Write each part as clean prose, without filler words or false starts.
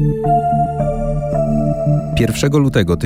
1 lutego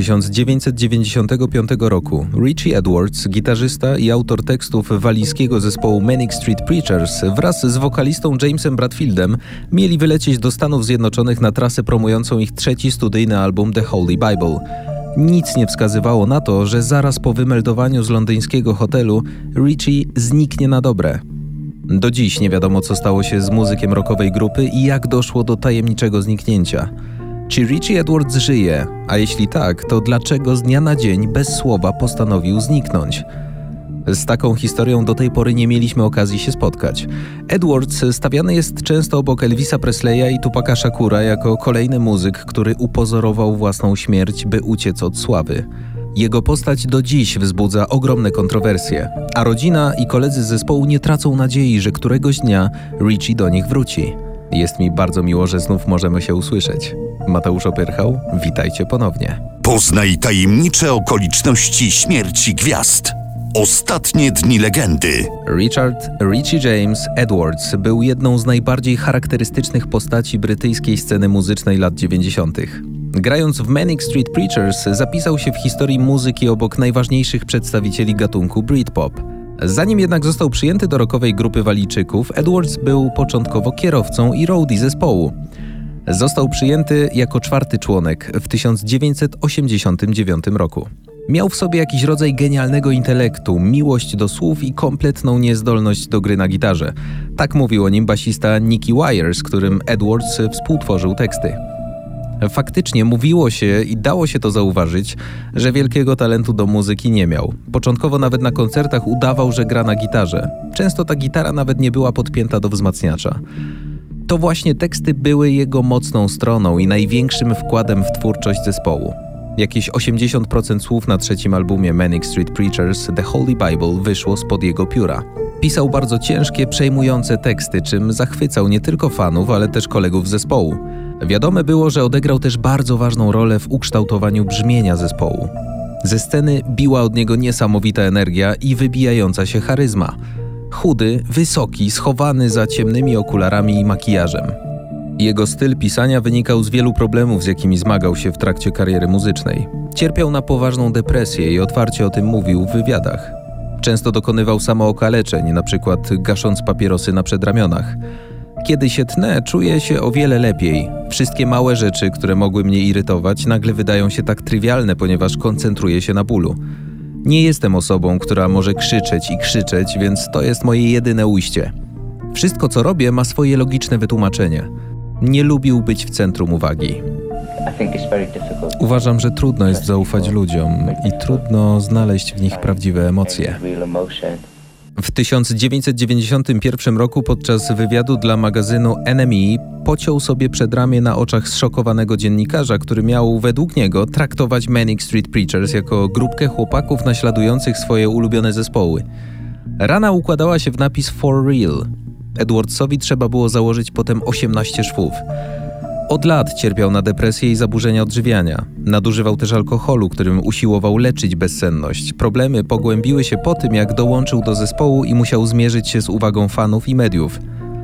1995 roku Richie Edwards, gitarzysta i autor tekstów walijskiego zespołu Manic Street Preachers, wraz z wokalistą Jamesem Bradfieldem mieli wylecieć do Stanów Zjednoczonych na trasę promującą ich trzeci studyjny album The Holy Bible. Nic nie wskazywało na to, że zaraz po wymeldowaniu z londyńskiego hotelu Richie zniknie na dobre. Do dziś nie wiadomo, co stało się z muzykiem rockowej grupy i jak doszło do tajemniczego zniknięcia. Czy Richie Edwards żyje? A jeśli tak, to dlaczego z dnia na dzień bez słowa postanowił zniknąć? Z taką historią do tej pory nie mieliśmy okazji się spotkać. Edwards stawiany jest często obok Elvisa Presleya i Tupaca Shakura jako kolejny muzyk, który upozorował własną śmierć, by uciec od sławy. Jego postać do dziś wzbudza ogromne kontrowersje, a rodzina i koledzy z zespołu nie tracą nadziei, że któregoś dnia Richie do nich wróci. Jest mi bardzo miło, że znów możemy się usłyszeć. Mateusz Opyrchał, witajcie ponownie. Poznaj tajemnicze okoliczności śmierci gwiazd. Ostatnie dni legendy. Richie James Edwards był jedną z najbardziej charakterystycznych postaci brytyjskiej sceny muzycznej lat 90. Grając w Manic Street Preachers zapisał się w historii muzyki obok najważniejszych przedstawicieli gatunku Britpop. Zanim jednak został przyjęty do rockowej grupy Walijczyków, Edwards był początkowo kierowcą i roadie zespołu. Został przyjęty jako czwarty członek w 1989 roku. Miał w sobie jakiś rodzaj genialnego intelektu, miłość do słów i kompletną niezdolność do gry na gitarze. Tak mówił o nim basista Nicky Wire, z którym Edwards współtworzył teksty. Faktycznie mówiło się i dało się to zauważyć, że wielkiego talentu do muzyki nie miał. Początkowo nawet na koncertach udawał, że gra na gitarze. Często ta gitara nawet nie była podpięta do wzmacniacza. To właśnie teksty były jego mocną stroną i największym wkładem w twórczość zespołu. Jakieś 80% słów na trzecim albumie Manic Street Preachers The Holy Bible wyszło spod jego pióra. Pisał bardzo ciężkie, przejmujące teksty, czym zachwycał nie tylko fanów, ale też kolegów zespołu. Wiadome było, że odegrał też bardzo ważną rolę w ukształtowaniu brzmienia zespołu. Ze sceny biła od niego niesamowita energia i wybijająca się charyzma. Chudy, wysoki, schowany za ciemnymi okularami i makijażem. Jego styl pisania wynikał z wielu problemów, z jakimi zmagał się w trakcie kariery muzycznej. Cierpiał na poważną depresję i otwarcie o tym mówił w wywiadach. Często dokonywał samookaleczeń, np. gasząc papierosy na przedramionach. Kiedy się tnę, czuję się o wiele lepiej. Wszystkie małe rzeczy, które mogły mnie irytować, nagle wydają się tak trywialne, ponieważ koncentruję się na bólu. Nie jestem osobą, która może krzyczeć i krzyczeć, więc to jest moje jedyne ujście. Wszystko, co robię, ma swoje logiczne wytłumaczenie. Nie lubił być w centrum uwagi. Uważam, że trudno jest zaufać ludziom i trudno znaleźć w nich prawdziwe emocje. W 1991 roku podczas wywiadu dla magazynu NME pociął sobie przedramię na oczach zszokowanego dziennikarza, który miał według niego traktować Manic Street Preachers jako grupkę chłopaków naśladujących swoje ulubione zespoły. Rana układała się w napis For Real. Edwardsowi trzeba było założyć potem 18 szwów. Od lat cierpiał na depresję i zaburzenia odżywiania. Nadużywał też alkoholu, którym usiłował leczyć bezsenność. Problemy pogłębiły się po tym, jak dołączył do zespołu i musiał zmierzyć się z uwagą fanów i mediów.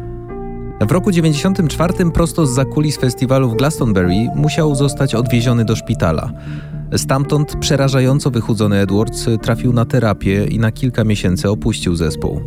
W roku 1994 prosto zza kulis festiwalu w Glastonbury musiał zostać odwieziony do szpitala. Stamtąd przerażająco wychudzony Edwards trafił na terapię i na kilka miesięcy opuścił zespół.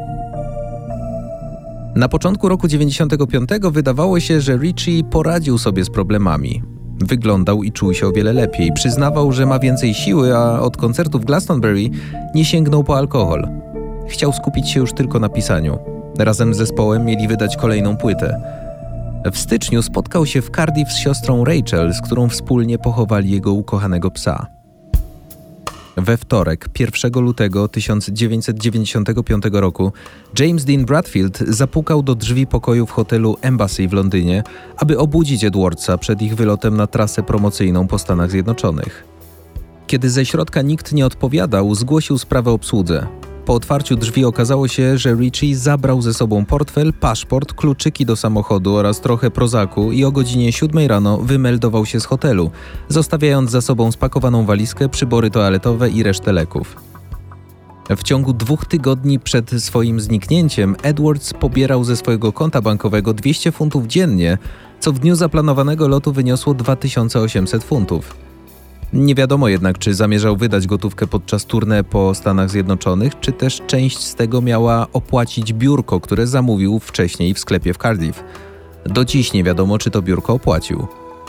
Na początku roku 95 wydawało się, że Richie poradził sobie z problemami. Wyglądał i czuł się o wiele lepiej. Przyznawał, że ma więcej siły, a od koncertu w Glastonbury nie sięgnął po alkohol. Chciał skupić się już tylko na pisaniu. Razem z zespołem mieli wydać kolejną płytę. W styczniu spotkał się w Cardiff z siostrą Rachel, z którą wspólnie pochowali jego ukochanego psa. We wtorek, 1 lutego 1995 roku, James Dean Bradfield zapukał do drzwi pokoju w hotelu Embassy w Londynie, aby obudzić Edwardsa przed ich wylotem na trasę promocyjną po Stanach Zjednoczonych. Kiedy ze środka nikt nie odpowiadał, zgłosił sprawę obsłudze. Po otwarciu drzwi okazało się, że Richie zabrał ze sobą portfel, paszport, kluczyki do samochodu oraz trochę prozaku i o godzinie 7 rano wymeldował się z hotelu, zostawiając za sobą spakowaną walizkę, przybory toaletowe i resztę leków. W ciągu 2 tygodni przed swoim zniknięciem Edwards pobierał ze swojego konta bankowego 200 funtów dziennie, co w dniu zaplanowanego lotu wyniosło 2800 funtów. Nie wiadomo jednak, czy zamierzał wydać gotówkę podczas tournée po Stanach Zjednoczonych, czy też część z tego miała opłacić biurko, które zamówił wcześniej w sklepie w Cardiff. Do dziś nie wiadomo, czy to biurko opłacił.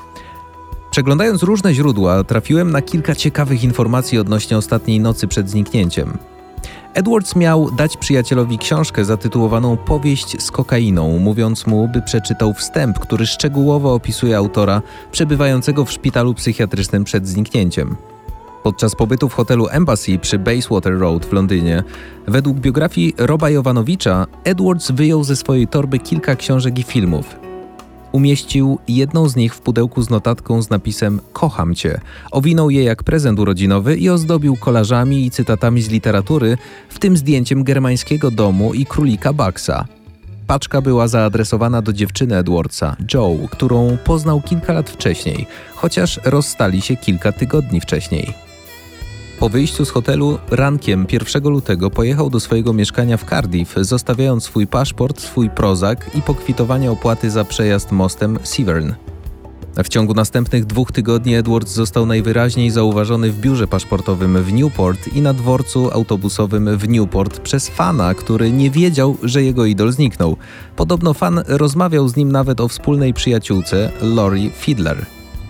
Przeglądając różne źródła, trafiłem na kilka ciekawych informacji odnośnie ostatniej nocy przed zniknięciem. Edwards miał dać przyjacielowi książkę zatytułowaną Powieść z kokainą, mówiąc mu, by przeczytał wstęp, który szczegółowo opisuje autora przebywającego w szpitalu psychiatrycznym przed zniknięciem. Podczas pobytu w hotelu Embassy przy Bayswater Road w Londynie, według biografii Roba Jovanovicza, Edwards wyjął ze swojej torby kilka książek i filmów. Umieścił jedną z nich w pudełku z notatką z napisem „Kocham cię”, owinął je jak prezent urodzinowy i ozdobił kolażami i cytatami z literatury, w tym zdjęciem germańskiego domu i królika Bucksa. Paczka była zaadresowana do dziewczyny Edwardsa, Joe, którą poznał kilka lat wcześniej, chociaż rozstali się kilka tygodni wcześniej. Po wyjściu z hotelu rankiem 1 lutego pojechał do swojego mieszkania w Cardiff, zostawiając swój paszport, swój prozak i pokwitowanie opłaty za przejazd mostem Severn. W ciągu następnych 2 tygodni Edwards został najwyraźniej zauważony w biurze paszportowym w Newport i na dworcu autobusowym w Newport przez fana, który nie wiedział, że jego idol zniknął. Podobno fan rozmawiał z nim nawet o wspólnej przyjaciółce Lori Fiedler.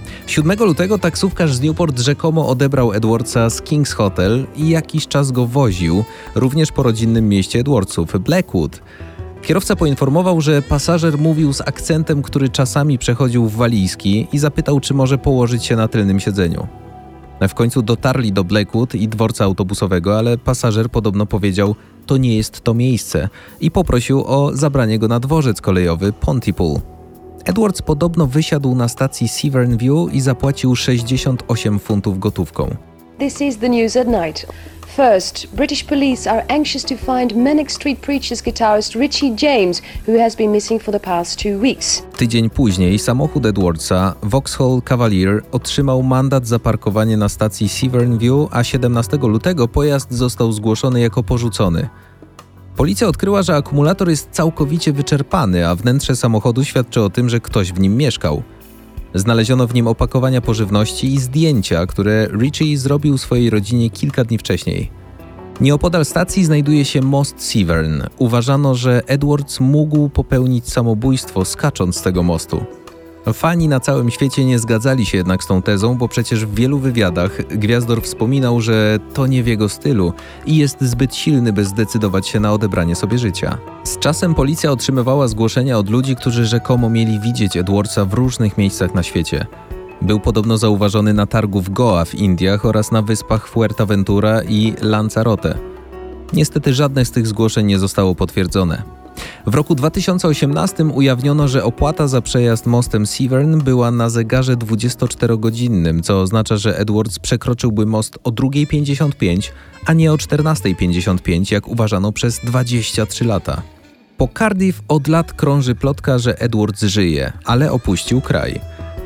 7 lutego taksówkarz z Newport rzekomo odebrał Edwardsa z King's Hotel i jakiś czas go woził, również po rodzinnym mieście Edwardsów, Blackwood. Kierowca poinformował, że pasażer mówił z akcentem, który czasami przechodził w walijski i zapytał, czy może położyć się na tylnym siedzeniu. W końcu dotarli do Blackwood i dworca autobusowego, ale pasażer podobno powiedział, to nie jest to miejsce i poprosił o zabranie go na dworzec kolejowy Pontypool. Edwards podobno wysiadł na stacji Severn View i zapłacił 68 funtów gotówką. This is the news at night. First, British police are anxious to find Manic Street Preachers guitarist Richie James, who has been missing for the past 2 weeks. Tydzień później samochód Edwardsa, Vauxhall Cavalier, otrzymał mandat za parkowanie na stacji Severn View, a 17 lutego pojazd został zgłoszony jako porzucony. Policja odkryła, że akumulator jest całkowicie wyczerpany, a wnętrze samochodu świadczy o tym, że ktoś w nim mieszkał. Znaleziono w nim opakowania pożywności i zdjęcia, które Richie zrobił swojej rodzinie kilka dni wcześniej. Nieopodal stacji znajduje się most Severn. Uważano, że Edwards mógł popełnić samobójstwo skacząc z tego mostu. Fani na całym świecie nie zgadzali się jednak z tą tezą, bo przecież w wielu wywiadach Gwiazdor wspominał, że to nie w jego stylu i jest zbyt silny, by zdecydować się na odebranie sobie życia. Z czasem policja otrzymywała zgłoszenia od ludzi, którzy rzekomo mieli widzieć Edwardsa w różnych miejscach na świecie. Był podobno zauważony na targu w Goa w Indiach oraz na wyspach Fuerteventura i Lanzarote. Niestety żadne z tych zgłoszeń nie zostało potwierdzone. W roku 2018 ujawniono, że opłata za przejazd mostem Severn była na zegarze 24-godzinnym, co oznacza, że Edwards przekroczyłby most o 2:55, a nie o 14:55, jak uważano przez 23 lata. Po Cardiff od lat krąży plotka, że Edwards żyje, ale opuścił kraj.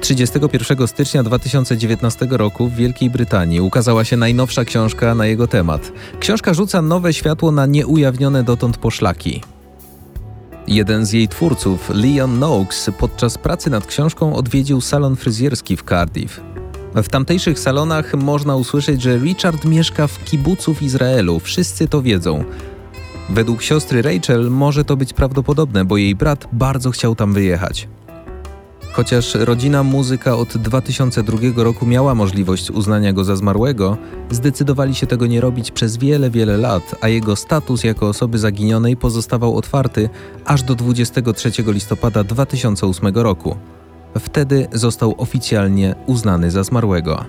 31 stycznia 2019 roku w Wielkiej Brytanii ukazała się najnowsza książka na jego temat. Książka rzuca nowe światło na nieujawnione dotąd poszlaki. Jeden z jej twórców, Leon Noakes, podczas pracy nad książką odwiedził salon fryzjerski w Cardiff. W tamtejszych salonach można usłyszeć, że Richard mieszka w kibucu w Izraelu. Wszyscy to wiedzą. Według siostry Rachel może to być prawdopodobne, bo jej brat bardzo chciał tam wyjechać. Chociaż rodzina muzyka od 2002 roku miała możliwość uznania go za zmarłego, zdecydowali się tego nie robić przez wiele lat, a jego status jako osoby zaginionej pozostawał otwarty aż do 23 listopada 2008 roku. Wtedy został oficjalnie uznany za zmarłego.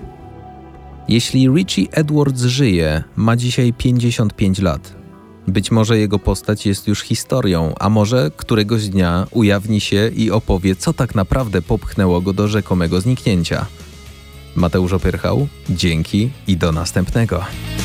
Jeśli Richie Edwards żyje, ma dzisiaj 55 lat. Być może jego postać jest już historią, a może któregoś dnia ujawni się i opowie, co tak naprawdę popchnęło go do rzekomego zniknięcia. Mateusz Opyrchał, dzięki i do następnego.